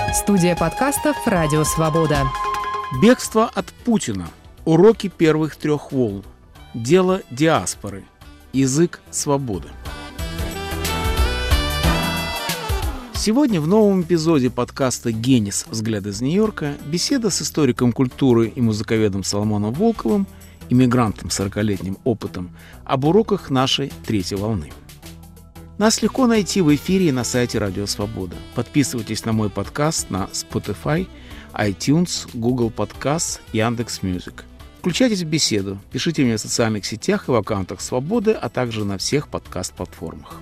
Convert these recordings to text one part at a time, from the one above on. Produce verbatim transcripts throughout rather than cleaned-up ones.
Студия подкастов «Радио Свобода». Бегство от Путина. Уроки первых трех волн. Дело диаспоры. Язык свободы. Сегодня в новом эпизоде подкаста «Генис. Взгляд из Нью-Йорка» беседа с историком культуры и музыковедом Соломоном Волковым, иммигрантом с сорокалетним опытом, об уроках нашей третьей волны. Нас легко найти в эфире и на сайте Радио Свобода. Подписывайтесь на мой подкаст на Spotify, iTunes, Google Podcasts, Яндекс.Мьюзик. Включайтесь в беседу, пишите мне в социальных сетях и в аккаунтах Свободы, а также на всех подкаст-платформах.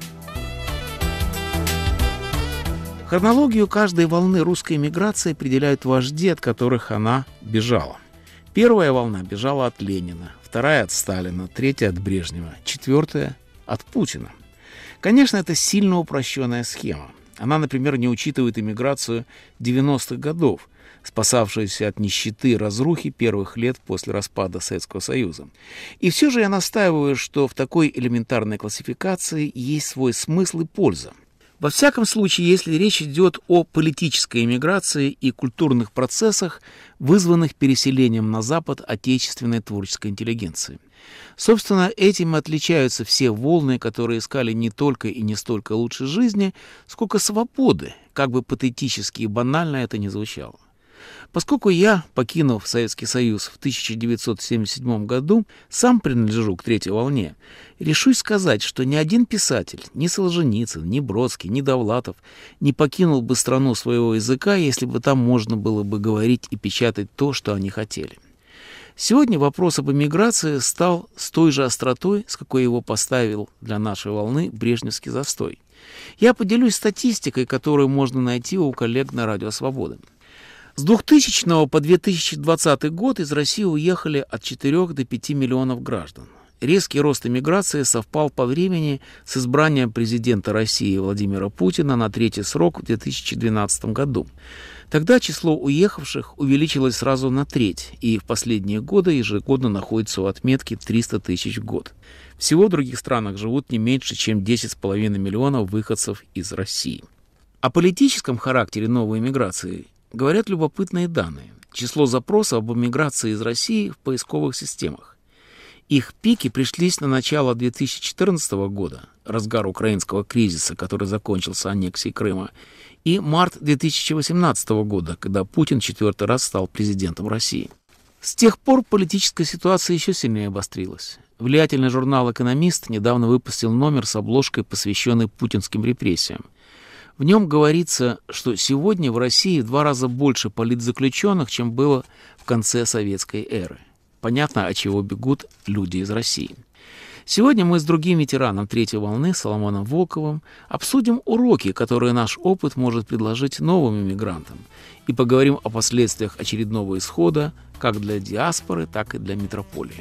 Хронологию каждой волны русской эмиграции определяют вожди, от которых она бежала. Первая волна бежала от Ленина, вторая от Сталина, третья от Брежнева, четвертая от Путина. Конечно, это сильно упрощенная схема. Она, например, не учитывает эмиграцию девяностых годов, спасавшуюся от нищеты и разрухи первых лет после распада Советского Союза. И все же я настаиваю, что в такой элементарной классификации есть свой смысл и польза. Во всяком случае, если речь идет о политической эмиграции и культурных процессах, вызванных переселением на Запад отечественной творческой интеллигенции. Собственно, этим отличаются все волны, которые искали не только и не столько лучшей жизни, сколько свободы, как бы патетически и банально это ни звучало. Поскольку я, покинув Советский Союз в тысяча девятьсот семьдесят седьмом году, сам принадлежу к третьей волне, решусь сказать, что ни один писатель, ни Солженицын, ни Бродский, ни Довлатов не покинул бы страну своего языка, если бы там можно было бы говорить и печатать то, что они хотели. Сегодня вопрос об эмиграции стал с той же остротой, с какой его поставил для нашей волны брежневский застой. Я поделюсь статистикой, которую можно найти у коллег на Радио Свобода. С двухтысячного по две тысячи двадцатый год из России уехали от четырёх до пяти миллионов граждан. Резкий рост эмиграции совпал по времени с избранием президента России Владимира Путина на третий срок в две тысячи двенадцатом году. Тогда число уехавших увеличилось сразу на треть, и в последние годы ежегодно находится у отметки триста тысяч в год. Всего в других странах живут не меньше, чем десять с половиной миллионов выходцев из России. О политическом характере новой эмиграции говорят любопытные данные. Число запросов об эмиграции из России в поисковых системах. Их пики пришлись на начало две тысячи четырнадцатого года, разгар украинского кризиса, который закончился аннексией Крыма, и март две тысячи восемнадцатого года, когда Путин четвертый раз стал президентом России. С тех пор политическая ситуация еще сильнее обострилась. Влиятельный журнал «Экономист» недавно выпустил номер с обложкой, посвященной путинским репрессиям. В нем говорится, что сегодня в России в два раза больше политзаключенных, чем было в конце советской эры. Понятно, от чего бегут люди из России. Сегодня мы с другим ветераном третьей волны, Соломоном Волковым, обсудим уроки, которые наш опыт может предложить новым иммигрантам, и поговорим о последствиях очередного исхода как для диаспоры, так и для метрополии.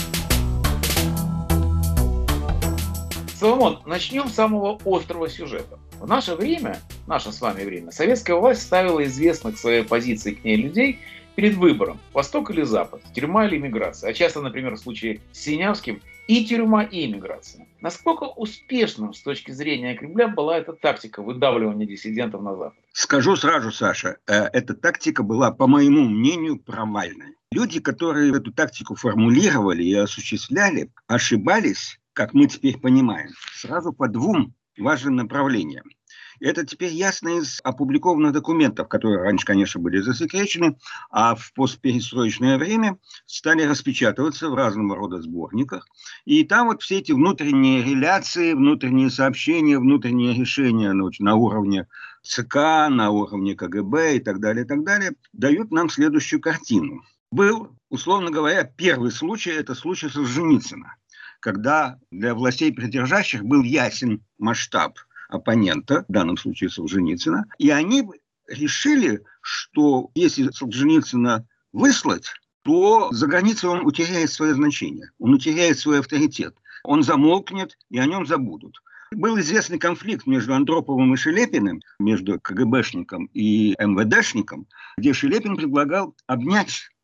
Соломон, начнем с самого острого сюжета. В наше время, наше с вами время, советская власть ставила известных своей позиции к ней людей перед выбором: Восток или Запад, тюрьма или эмиграция. А часто, например, в случае с Синявским, и тюрьма, и эмиграция. Насколько успешным с точки зрения Кремля была эта тактика выдавливания диссидентов на Запад? Скажу сразу, Саша, эта тактика была, по моему мнению, провальной. Люди, которые эту тактику формулировали и осуществляли, ошибались, как мы теперь понимаем, сразу по двум важным направлениям. Это теперь ясно из опубликованных документов, которые раньше, конечно, были засекречены, а в постперестроечное время стали распечатываться в разного рода сборниках. И там вот все эти внутренние реляции, внутренние сообщения, внутренние решения ну, на уровне ЦК, на уровне КГБ и так далее, и так далее, дают нам следующую картину. Был, условно говоря, первый случай, это случай Солженицына, когда для властей придержащих был ясен масштаб оппонента, в данном случае Солженицына, и они решили, что если Солженицына выслать, то за границей он утеряет свое значение, он утеряет свой авторитет, он замолкнет и о нем забудут. Был известный конфликт между Андроповым и Шелепиным, между КГБшником и МВДшником, где Шелепин предлагал обнять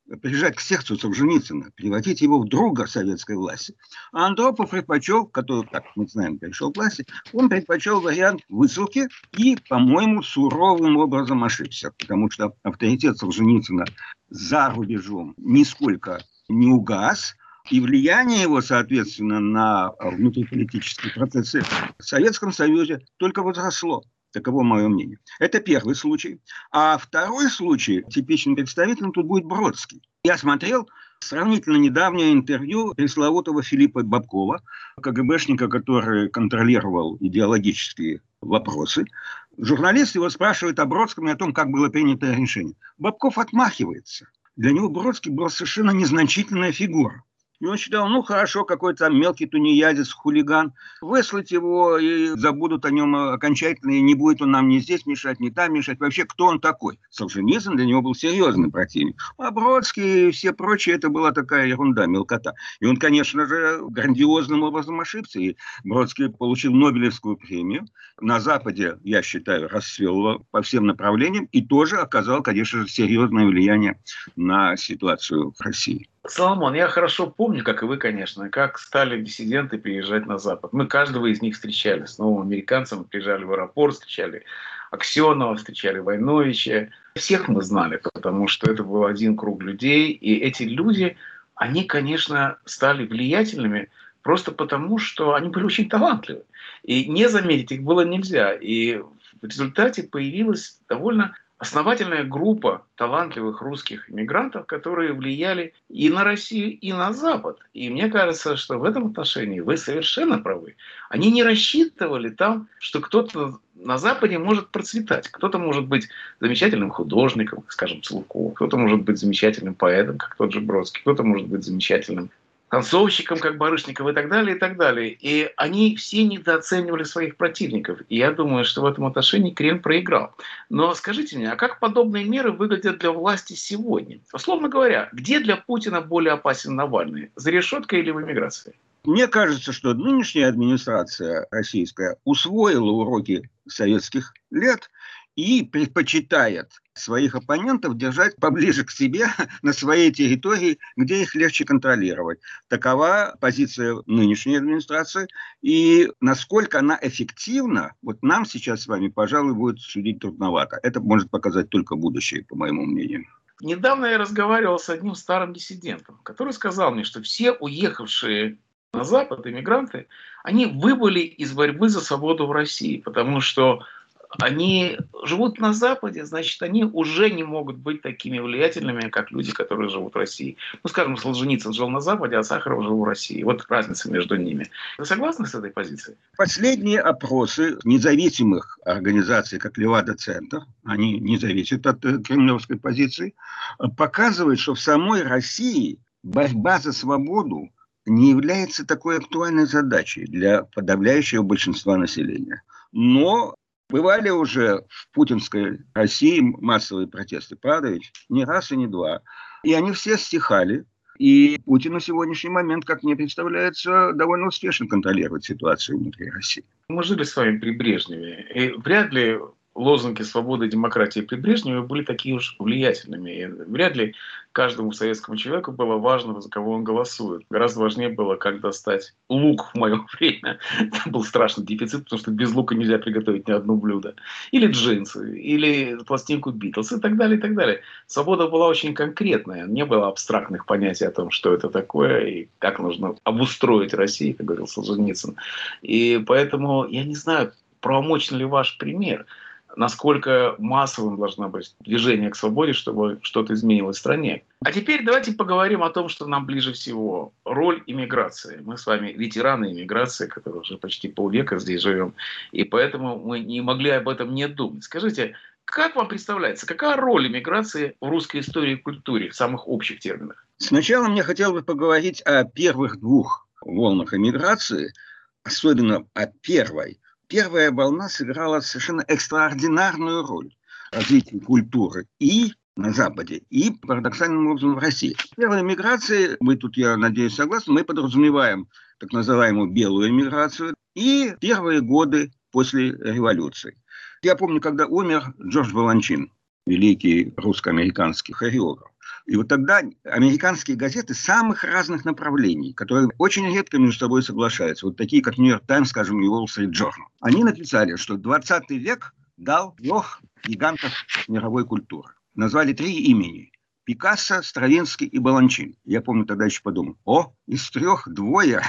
прижать к сердцу Солженицына, превратить его в друга советской власти. А Андропов предпочел, который, как мы знаем, пришел к власти, он предпочел вариант высылки и, по-моему, суровым образом ошибся, потому что авторитет Солженицына за рубежом нисколько не угас, и влияние его, соответственно, на внутриполитические процессы в Советском Союзе только возросло. Таково мое мнение. Это первый случай. А второй случай, типичным представителем, тут будет Бродский. Я смотрел сравнительно недавнее интервью пресловутого Филиппа Бобкова, КГБшника, который контролировал идеологические вопросы. Журналист его спрашивает о Бродском и о том, как было принято решение. Бобков отмахивается. Для него Бродский был совершенно незначительная фигура. И он считал, ну хорошо, какой-то там мелкий тунеядец, хулиган, выслать его и забудут о нем окончательно, и не будет он нам ни здесь мешать, ни там мешать. Вообще, кто он такой? Солженицын для него был серьезный противник. А Бродский и все прочие, это была такая ерунда, мелкота. И он, конечно же, грандиозным образом ошибся. И Бродский получил Нобелевскую премию. На Западе, я считаю, расцвел по всем направлениям и тоже оказал, конечно же, серьезное влияние на ситуацию в России. Соломон, я хорошо помню, как и вы, конечно, как стали диссиденты приезжать на Запад. Мы каждого из них встречали. С новым американцем приезжали в аэропорт, встречали Аксенова, встречали Войновича. Всех мы знали, потому что это был один круг людей. И эти люди, они, конечно, стали влиятельными просто потому, что они были очень талантливы. И не заметить их было нельзя. И в результате появилась довольно основательная группа талантливых русских иммигрантов, которые влияли и на Россию, и на Запад. И мне кажется, что в этом отношении вы совершенно правы. Они не рассчитывали там, что кто-то на Западе может процветать. Кто-то может быть замечательным художником, скажем, Целуков, кто-то может быть замечательным поэтом, как тот же Бродский, кто-то может быть замечательным танцовщиком, как Барышников, и так далее, и так далее. И они все недооценивали своих противников. И я думаю, что в этом отношении Кремль проиграл. Но скажите мне, а как подобные меры выглядят для власти сегодня? Условно говоря, где для Путина более опасен Навальный? За решеткой или в эмиграции? Мне кажется, что нынешняя администрация российская усвоила уроки советских лет и предпочитает своих оппонентов держать поближе к себе, на своей территории, где их легче контролировать. Такова позиция нынешней администрации. И насколько она эффективна, вот нам сейчас с вами, пожалуй, будет судить трудновато. Это может показать только будущее, по моему мнению. Недавно я разговаривал с одним старым диссидентом, который сказал мне, что все уехавшие на Запад иммигранты, они выбыли из борьбы за свободу в России, потому что они живут на Западе, значит, они уже не могут быть такими влиятельными, как люди, которые живут в России. Ну, скажем, Солженицын жил на Западе, а Сахаров жил в России. Вот разница между ними. Вы согласны с этой позицией? Последние опросы независимых организаций, как Левада-центр, они не зависят от кремлевской позиции, показывают, что в самой России борьба за свободу не является такой актуальной задачей для подавляющего большинства населения. Но бывали уже в путинской России массовые протесты, правда ведь? Не раз и не два. И они все стихали. И Путин на сегодняшний момент, как мне представляется, довольно успешно контролирует ситуацию внутри России. Мы жили с вами при Брежневе. И вряд ли лозунги свободы и демократии при Брежневе были такие уж влиятельными. И вряд ли каждому советскому человеку было важно, за кого он голосует. Гораздо важнее было, как достать лук в мое время. Это был страшный дефицит, потому что без лука нельзя приготовить ни одно блюдо. Или джинсы, или пластинку Битлз и так далее, и так далее. Свобода была очень конкретная. Не было абстрактных понятий о том, что это такое и как нужно обустроить Россию, как говорил Солженицын. И поэтому я не знаю, правомочен ли ваш пример. Насколько массовым должно быть движение к свободе, чтобы что-то изменилось в стране. А теперь давайте поговорим о том, что нам ближе всего. Роль иммиграции. Мы с вами ветераны иммиграции, которые уже почти полвека здесь живем. И поэтому мы не могли об этом не думать. Скажите, как вам представляется, какая роль иммиграции в русской истории и культуре в самых общих терминах? Сначала мне хотелось бы поговорить о первых двух волнах иммиграции, особенно о первой. Первая волна сыграла совершенно экстраординарную роль в развитии культуры и на Западе, и парадоксальным образом в России. Первой миграции, мы тут, я надеюсь, согласны, мы подразумеваем так называемую белую эмиграцию и первые годы после революции. Я помню, когда умер Джордж Баланчин, великий русско-американский хореограф, И вот тогда американские газеты самых разных направлений, которые очень редко между собой соглашаются, вот такие, как Нью-Йорк Таймс, скажем, и Wall Street Journal, они написали, что двадцатый век дал трех гигантов мировой культуры. Назвали три имени. Пикассо, Стравинский и Баланчин. Я помню, тогда еще подумал, о, из трех двое,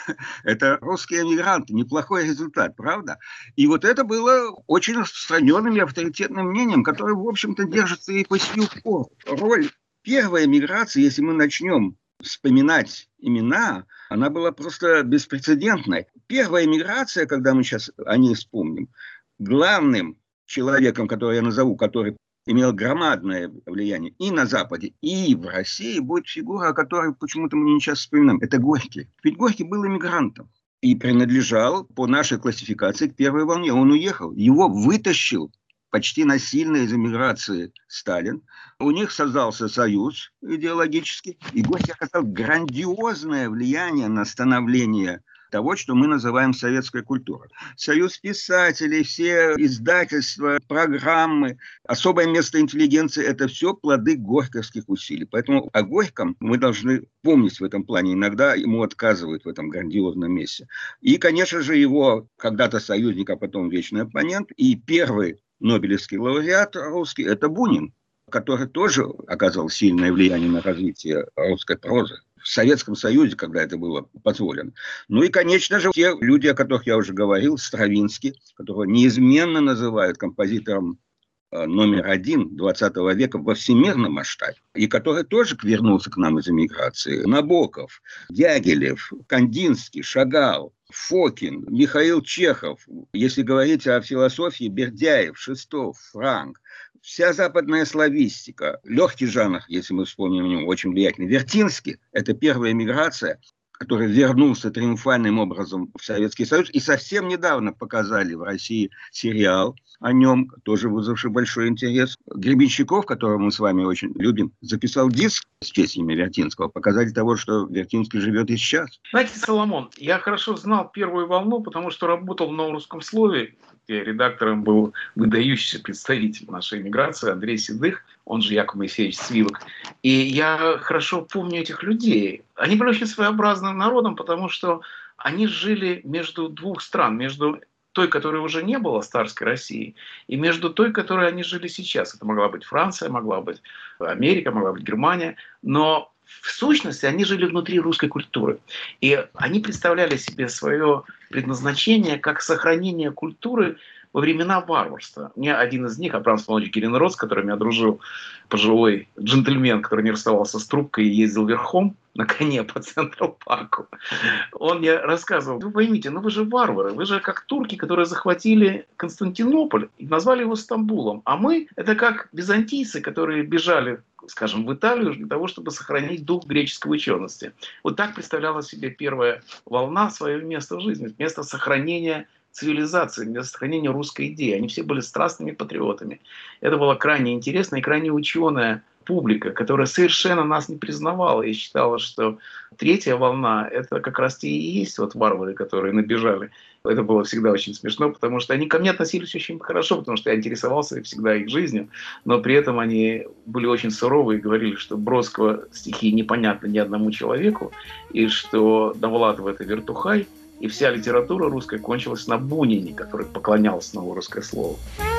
это русские эмигранты, неплохой результат, правда? И вот это было очень распространенным и авторитетным мнением, которое, в общем-то, держится и по сию пору. Роль первой эмиграции, если мы начнем вспоминать имена, она была просто беспрецедентной. Первая эмиграция, когда мы сейчас о ней вспомним, главным человеком, которого я назову, который имел громадное влияние и на Западе, и в России, будет фигура, о которой почему-то мы не часто вспоминаем. Это Горький. Ведь Горький был эмигрантом и принадлежал по нашей классификации к первой волне. Он уехал. Его вытащил почти насильно из эмиграции Сталин. У них создался союз идеологический. И Горький оказал грандиозное влияние на становление того, что мы называем советской культурой. Союз писателей, все издательства, программы, особое место интеллигенции – это все плоды горьковских усилий. Поэтому о Горьком мы должны помнить в этом плане. Иногда ему отказывают в этом грандиозном месте. И, конечно же, его когда-то союзник, а потом вечный оппонент, и первый нобелевский лауреат русский – это Бунин, который тоже оказал сильное влияние на развитие русской прозы. В Советском Союзе, когда это было позволено. Ну и, конечно же, те люди, о которых я уже говорил, Стравинский, которого неизменно называют композитором номер один двадцатого века во всемирном масштабе, и который тоже вернулся к нам из эмиграции. Набоков, Дягилев, Кандинский, Шагал, Фокин, Михаил Чехов. Если говорить о философии, Бердяев, Шестов, Франк. Вся западная славистика, легкий жанр, если мы вспомним о нем, очень влиятельный. Вертинский – это первая эмиграция, который вернулся триумфальным образом в Советский Союз. И совсем недавно показали в России сериал о нем, тоже вызвавший большой интерес. Гребенщиков, которого мы с вами очень любим, записал диск с песнями Вертинского, показатель того, что Вертинский живет и сейчас. Знаете, Соломон, я хорошо знал первую волну, потому что работал в «Новом русском слове», где редактором был выдающийся представитель нашей эмиграции Андрей Седых, он же Яков Моисеевич Свивок. И я хорошо помню этих людей. Они были очень своеобразным народом, потому что они жили между двух стран, между той, которой уже не было, царской России, и между той, которой они жили сейчас. Это могла быть Франция, могла быть Америка, могла быть Германия, но в сущности они жили внутри русской культуры. И они представляли себе свое предназначение как сохранение культуры во времена варварства. Мне один из них, Абрам Соломонович Геренрод, с которым я дружил, пожилой джентльмен, который не расставался с трубкой и ездил верхом на коне по Централ-парку, он мне рассказывал: вы поймите, ну вы же варвары, вы же как турки, которые захватили Константинополь и назвали его Стамбулом. А мы — это как византийцы, которые бежали, скажем, в Италию для того, чтобы сохранить дух греческой учености. Вот так представляла себе первая волна свое место в жизни, место сохранения цивилизации, место сохранения русской идеи. Они все были страстными патриотами. Это была крайне интересная и крайне ученая публика, которая совершенно нас не признавала и считала, что третья волна — это как раз те и есть вот варвары, которые набежали. Это было всегда очень смешно, потому что они ко мне относились очень хорошо, потому что я интересовался всегда их жизнью, но при этом они были очень суровы и говорили, что Бродского стихи непонятны ни одному человеку, и что Довлатов — это вертухай, и вся литература русская кончилась на Бунине, который поклонялся новому русское слово.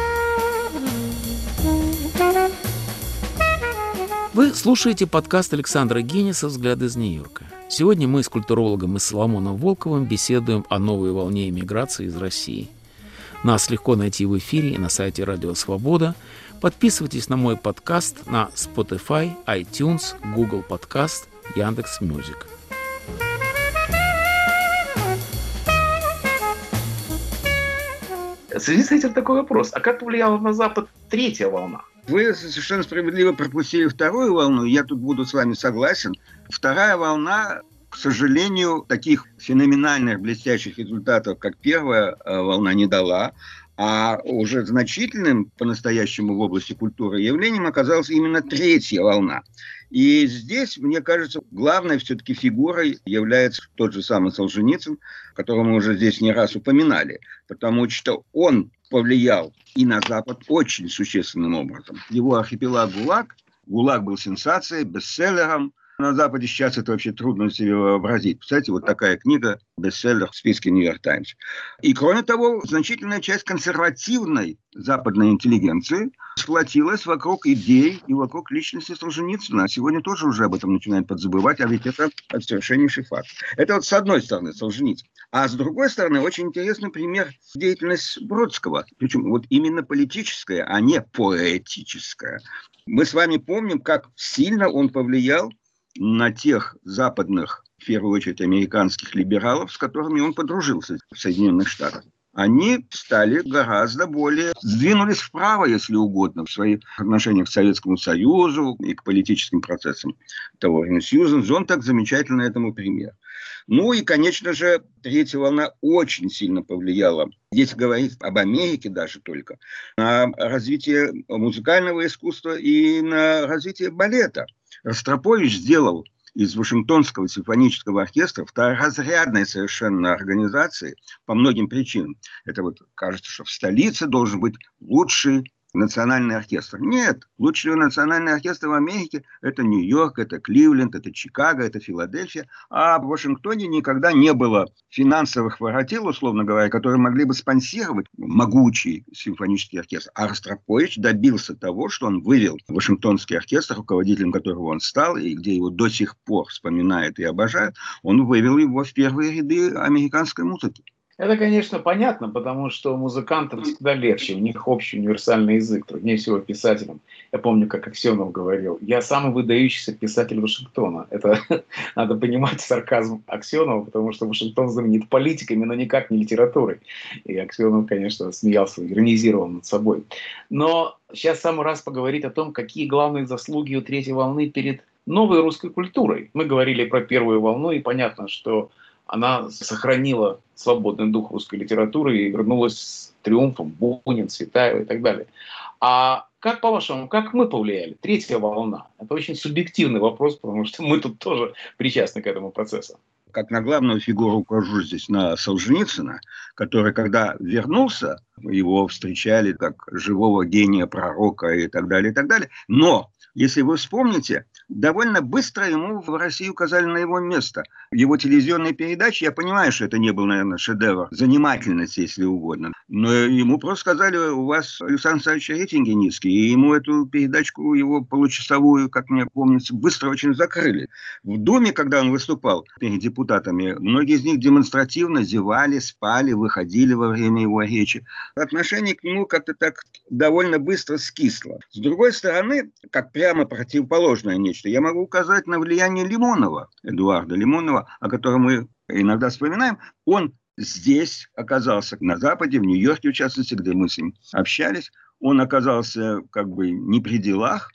Вы слушаете подкаст Александра Генеса «Взгляд из Нью-Йорка». Сегодня мы с культурологом и Соломоном Волковым беседуем о новой волне эмиграции из России. Нас легко найти в эфире и на сайте Радио Свобода. Подписывайтесь на мой подкаст на Spotify, iTunes, Google Podcast, Яндекс.Мьюзик. В связи с этим такой вопрос. А как повлияла на Запад третья волна? Вы совершенно справедливо пропустили вторую волну, я тут буду с вами согласен. Вторая волна, к сожалению, таких феноменальных блестящих результатов, как первая волна, не дала. А уже значительным по-настоящему в области культуры явлением оказалась именно третья волна. И здесь, мне кажется, главной все-таки фигурой является тот же самый Солженицын, которого мы уже здесь не раз упоминали, потому что он повлиял и на Запад очень существенным образом. Его архипелаг ГУЛАГ ГУЛАГ был сенсацией, бестселлером. На Западе сейчас это вообще трудно себе вообразить. Представляете, вот такая книга, бестселлер в списке «Нью-Йорк Таймс». И, кроме того, значительная часть консервативной западной интеллигенции сплотилась вокруг идей и вокруг личности Солженицына. Сегодня тоже уже об этом начинают подзабывать, а ведь это совершеннейший факт. Это вот с одной стороны Солженицын. А с другой стороны, очень интересный пример деятельности Бродского. Причем вот именно политическая, а не поэтическая. Мы с вами помним, как сильно он повлиял на тех западных, в первую очередь, американских либералов, с которыми он подружился в Соединенных Штатах. Они стали гораздо более, сдвинулись вправо, если угодно, в своих отношениях к Советскому Союзу и к политическим процессам того времени. Сьюзен Зонтаг замечательный этому пример. Ну и, конечно же, третья волна очень сильно повлияла, здесь говорить об Америке даже только, на развитие музыкального искусства и на развитие балета. Ростропович сделал из Вашингтонского симфонического оркестра второразрядной совершенно организации по многим причинам. Это вот кажется, что в столице должен быть лучший национальный оркестр. Нет, лучший национальный оркестр в Америке – это Нью-Йорк, это Кливленд, это Чикаго, это Филадельфия. А в Вашингтоне никогда не было финансовых воротил, условно говоря, которые могли бы спонсировать могучий симфонический оркестр. А Ростропович добился того, что он вывел Вашингтонский оркестр, руководителем которого он стал, и где его до сих пор вспоминают и обожают, он вывел его в первые ряды американской музыки. Это, конечно, понятно, потому что музыкантам всегда легче, у них общий универсальный язык, труднее всего писателям. Я помню, как Аксенов говорил, я самый выдающийся писатель Вашингтона. Это надо понимать сарказм Аксенова, потому что Вашингтон знаменит политиками, но никак не литературой. И Аксенов, конечно, смеялся, иронизировал над собой. Но сейчас самый раз поговорить о том, какие главные заслуги у третьей волны перед новой русской культурой. Мы говорили про первую волну, и понятно, что она сохранила свободный дух русской литературы и вернулась с триумфом Бунин, Цветаева и так далее. А как, по-вашему, как мы повлияли? Третья волна. Это очень субъективный вопрос, потому что мы тут тоже причастны к этому процессу. Как на главную фигуру укажу здесь на Солженицына, который, когда вернулся, его встречали как живого гения, пророка и так далее, и так далее. Но, если вы вспомните, довольно быстро ему в России указали на его место. Его телевизионные передачи, я понимаю, что это не был, наверное, шедевр занимательности, если угодно, но ему просто сказали, у вас, Александр Александрович, рейтинги низкие, и ему эту передачку, его получасовую, как мне помнится, быстро очень закрыли. В Думе, когда он выступал перед депутатами, многие из них демонстративно зевали, спали, выходили во время его речи. Отношение к нему как-то так довольно быстро скисло. С другой стороны, как прямо противоположное нечто, я могу указать на влияние Лимонова, Эдуарда Лимонова, о котором мы иногда вспоминаем. Он здесь оказался, на Западе, в Нью-Йорке, в частности, где мы с ним общались. Он оказался как бы не при делах,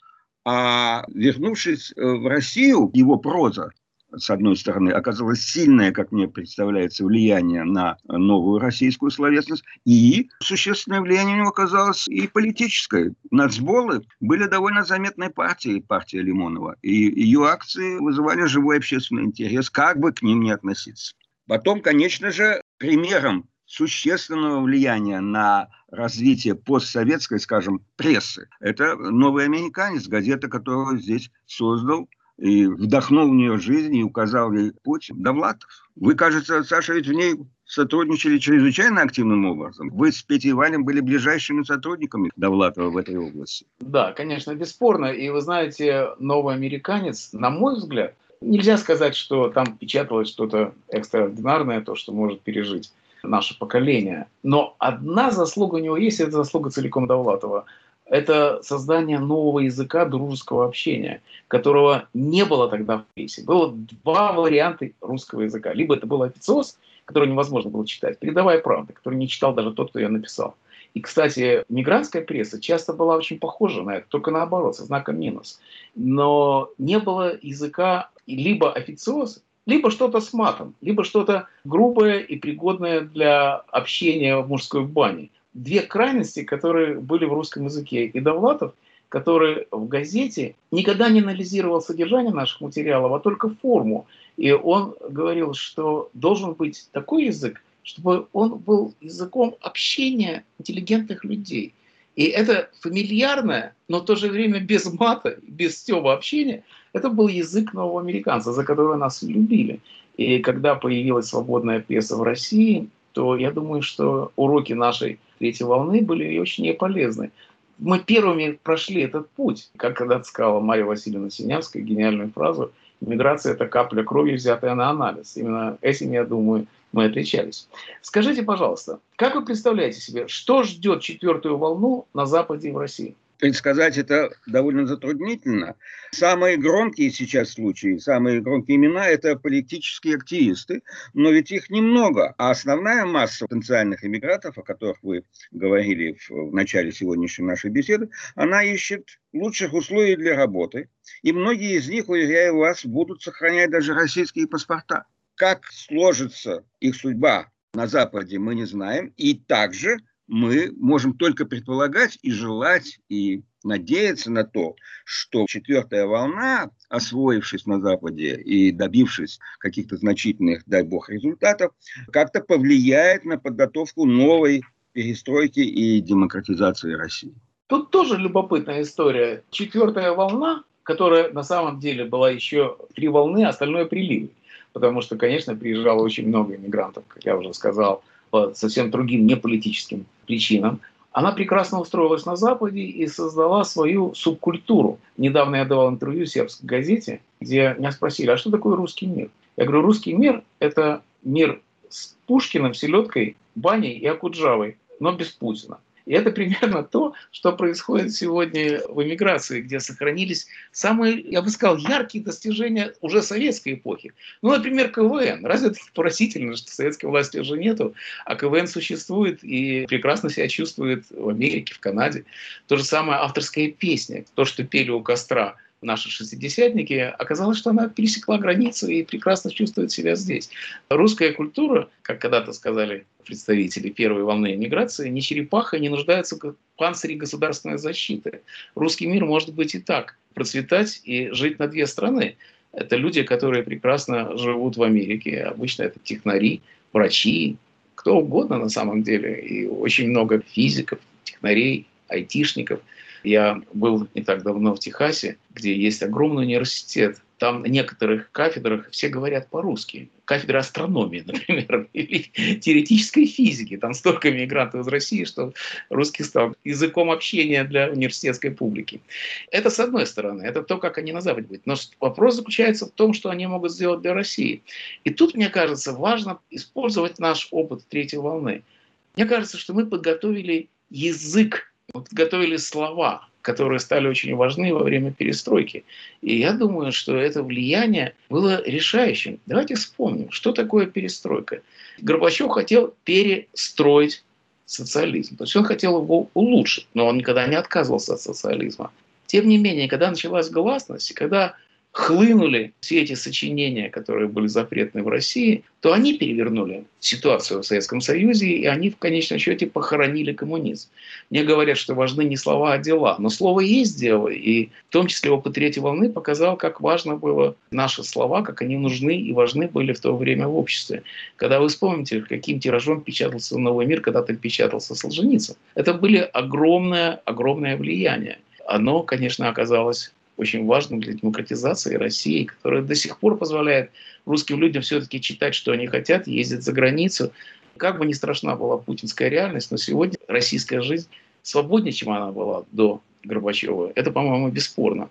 а вернувшись в Россию, его проза, с одной стороны, оказалось сильное, как мне представляется, влияние на новую российскую словесность, и существенное влияние у него оказалось и политическое. Нацболы были довольно заметной партией, партия Лимонова, и ее акции вызывали живой общественный интерес, как бы к ним ни относиться. Потом, конечно же, примером существенного влияния на развитие постсоветской, скажем, прессы, это «Новый американец», газета, которую здесь создал и вдохнул в нее жизнь и указал ей путь Довлатов. Вы, кажется, Саша, ведь в ней сотрудничали чрезвычайно активным образом. Вы с Петей Валем были ближайшими сотрудниками Довлатова в этой области. Да, конечно, бесспорно. И вы знаете, «Новый американец», на мой взгляд, нельзя сказать, что там печаталось что-то экстраординарное, то, что может пережить наше поколение. Но одна заслуга у него есть, это заслуга целиком Довлатова. Это создание нового языка дружеского общения, которого не было тогда в прессе. Было два варианта русского языка. Либо это был официоз, который невозможно было читать, «Передовая правда», который не читал даже тот, кто ее написал. И, кстати, мигрантская пресса часто была очень похожа на это, только наоборот, со знаком минус. Но не было языка либо официоз, либо что-то с матом, либо что-то грубое и пригодное для общения в мужской бане. Две крайности, которые были в русском языке. И Довлатов, который в газете никогда не анализировал содержание наших материалов, а только форму. И он говорил, что должен быть такой язык, чтобы он был языком общения интеллигентных людей. И это фамильярное, но в то же время без мата, без стёба общения, это был язык нового американца, за который нас любили. И когда появилась свободная пресса в России, то я думаю, что уроки нашей третьей волны были очень полезны. Мы первыми прошли этот путь, как когда-то сказала Марья Васильевна Синявская, гениальную фразу: «Миграция – это капля крови, взятая на анализ». Именно этим, я думаю, мы отличались. Скажите, пожалуйста, как вы представляете себе, что ждет четвертую волну на Западе и в России? Предсказать это довольно затруднительно. Самые громкие сейчас случаи, самые громкие имена – это политические активисты, но ведь их немного. А основная масса потенциальных иммигрантов, о которых вы говорили в начале сегодняшней нашей беседы, она ищет лучших условий для работы. И многие из них, уверяю вас, будут сохранять даже российские паспорта. Как сложится их судьба на Западе, мы не знаем. И также мы можем только предполагать и желать, и надеяться на то, что четвертая волна, освоившись на Западе и добившись каких-то значительных, дай бог, результатов, как-то повлияет на подготовку новой перестройки и демократизации России. Тут тоже любопытная история. Четвертая волна, которая на самом деле была еще три волны, остальное приливы. Потому что, конечно, приезжало очень много иммигрантов, как я уже сказал, по совсем другим неполитическим причинам. Она прекрасно устроилась на Западе и создала свою субкультуру. Недавно я давал интервью сербской газете, где меня спросили: а что такое русский мир? Я говорю, русский мир – это мир с Пушкиным, Селедкой, Баней и Окуджавой, но без Путина. И это примерно то, что происходит сегодня в эмиграции, где сохранились самые, я бы сказал, яркие достижения уже советской эпохи. Ну, например, КВН. Разве это поразительно, что советской власти уже нету, а КВН существует и прекрасно себя чувствует в Америке, в Канаде. То же самое авторская песня. То, что пели у костра наши шестидесятники, оказалось, что она пересекла границу и прекрасно чувствует себя здесь. Русская культура, как когда-то сказали представители первой волны эмиграции, не черепаха, не нуждается в панцире государственной защиты. Русский мир может быть и так, процветать и жить на две страны. Это люди, которые прекрасно живут в Америке. Обычно это технари, врачи, кто угодно на самом деле. И очень много физиков, технарей, айтишников. Я был не так давно в Техасе, где есть огромный университет. Там на некоторых кафедрах все говорят по-русски. Кафедра астрономии, например, или теоретической физики. Там столько мигрантов из России, что русский стал языком общения для университетской публики. Это с одной стороны. Это то, как они на Западе будут. Но вопрос заключается в том, что они могут сделать для России. И тут, мне кажется, важно использовать наш опыт третьей волны. Мне кажется, что мы подготовили язык, мы подготовили слова, которые стали очень важны во время перестройки. И я думаю, что это влияние было решающим. Давайте вспомним, что такое перестройка. Горбачев хотел перестроить социализм. То есть он хотел его улучшить, но он никогда не отказывался от социализма. Тем не менее, когда началась гласность, и когда хлынули все эти сочинения, которые были запретны в России, то они перевернули ситуацию в Советском Союзе, и они в конечном счете похоронили коммунизм. Мне говорят, что важны не слова, а дела. Но слово есть дело, и в том числе опыт третьей волны показал, как важно было наши слова, как они нужны и важны были в то время в обществе. Когда вы вспомните, каким тиражом печатался «Новый мир», когда там печатался Солженицын. Это были огромное, огромное влияние. Оно, конечно, оказалось очень важным для демократизации России, которая до сих пор позволяет русским людям все-таки читать, что они хотят, ездить за границу. Как бы ни страшна была путинская реальность, но сегодня российская жизнь свободнее, чем она была до Горбачева. Это, по-моему, бесспорно.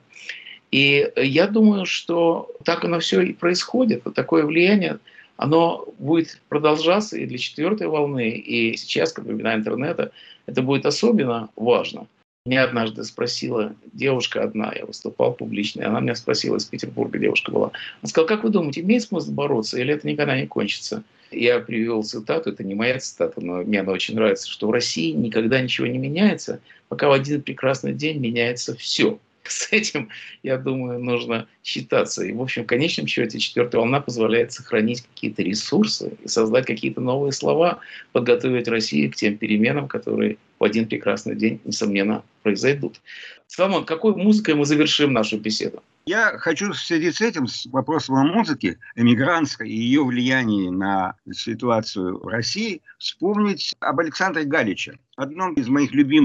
И я думаю, что так оно все и происходит. Такое влияние, оно будет продолжаться и для четвертой волны. И сейчас, как времена интернета, это будет особенно важно. Меня однажды спросила девушка одна, я выступал публично, и она меня спросила, из Петербурга девушка была. Она сказала: как вы думаете, имеет смысл бороться, или это никогда не кончится? Я привел цитату, это не моя цитата, но мне она очень нравится, что в России никогда ничего не меняется, пока в один прекрасный день меняется все. С этим, я думаю, нужно считаться. И, в общем, в конечном счете, четвертая волна позволяет сохранить какие-то ресурсы и создать какие-то новые слова, подготовить Россию к тем переменам, которые в один прекрасный день, несомненно, произойдут. Соломон, какой музыкой мы завершим нашу беседу? Я хочу в связи с этим, с вопросом о музыке, эмигрантской и ее влиянии на ситуацию в России, вспомнить об Александре Галиче, одном из моих любимых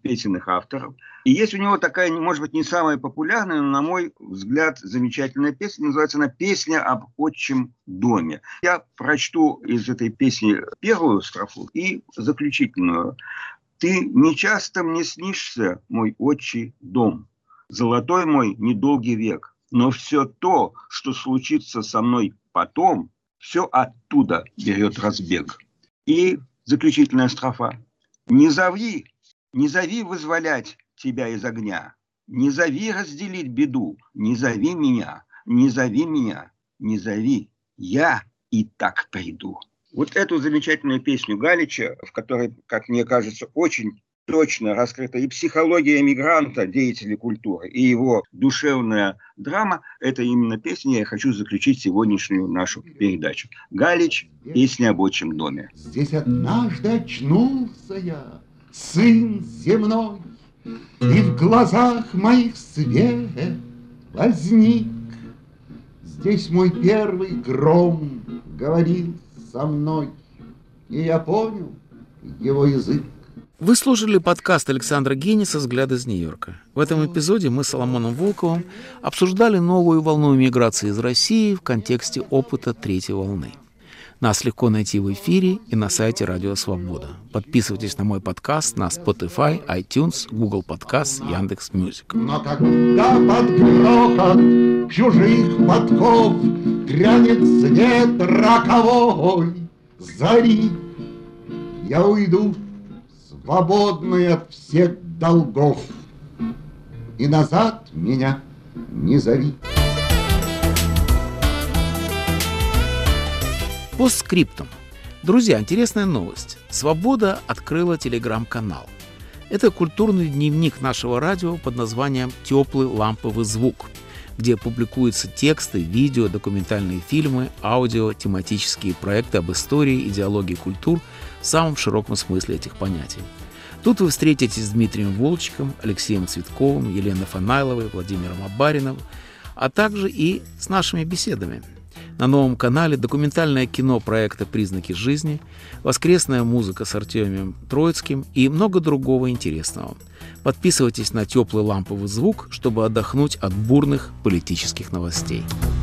песенных авторов. И есть у него такая, может быть, не самая популярная, но, на мой взгляд, замечательная песня. Называется она «Песня об отчим доме». Я прочту из этой песни первую строфу и заключительную. «Ты нечасто мне снишься, мой отчий дом, золотой мой недолгий век, но все то, что случится со мной потом, все оттуда берет разбег». И заключительная строфа. «Не зови, не зови вызволять тебя из огня, не зови разделить беду, не зови меня, не зови меня, не зови, я и так приду». Вот эту замечательную песню Галича, в которой, как мне кажется, очень точно раскрыта и психология эмигранта, деятеля культуры, и его душевная драма, это именно песня, я хочу заключить сегодняшнюю нашу передачу. Галич, песня об отчим доме. Здесь однажды очнулся я, сын земной, и в глазах моих свет возник. Здесь мой первый гром говорил со мной, и я понял его язык. Вы слушали подкаст Александра Гениса «Взгляд из Нью-Йорка». В этом эпизоде мы с Соломоном Волковым обсуждали новую волну эмиграции из России в контексте опыта третьей волны. Нас легко найти в эфире и на сайте Радио Свобода. Подписывайтесь на мой подкаст на Spotify, iTunes, Google Podcast, Яндекс.Мьюзик. Но когда под грохот чужих подков грянет свет роковой зари, я уйду свободный от всех долгов, и назад меня не зови. Постскриптум. Друзья, интересная новость. «Свобода» открыла телеграм-канал. Это культурный дневник нашего радио под названием «Теплый ламповый звук», где публикуются тексты, видео, документальные фильмы, аудио, тематические проекты об истории, идеологии культур в самом широком смысле этих понятий. Тут вы встретитесь с Дмитрием Волчиком, Алексеем Цветковым, Еленой Фанайловой, Владимиром Абариным, а также и с нашими беседами. На новом канале документальное кино проекта «Признаки жизни», воскресная музыка с Артемием Троицким и много другого интересного. Подписывайтесь на «Теплый ламповый звук», чтобы отдохнуть от бурных политических новостей.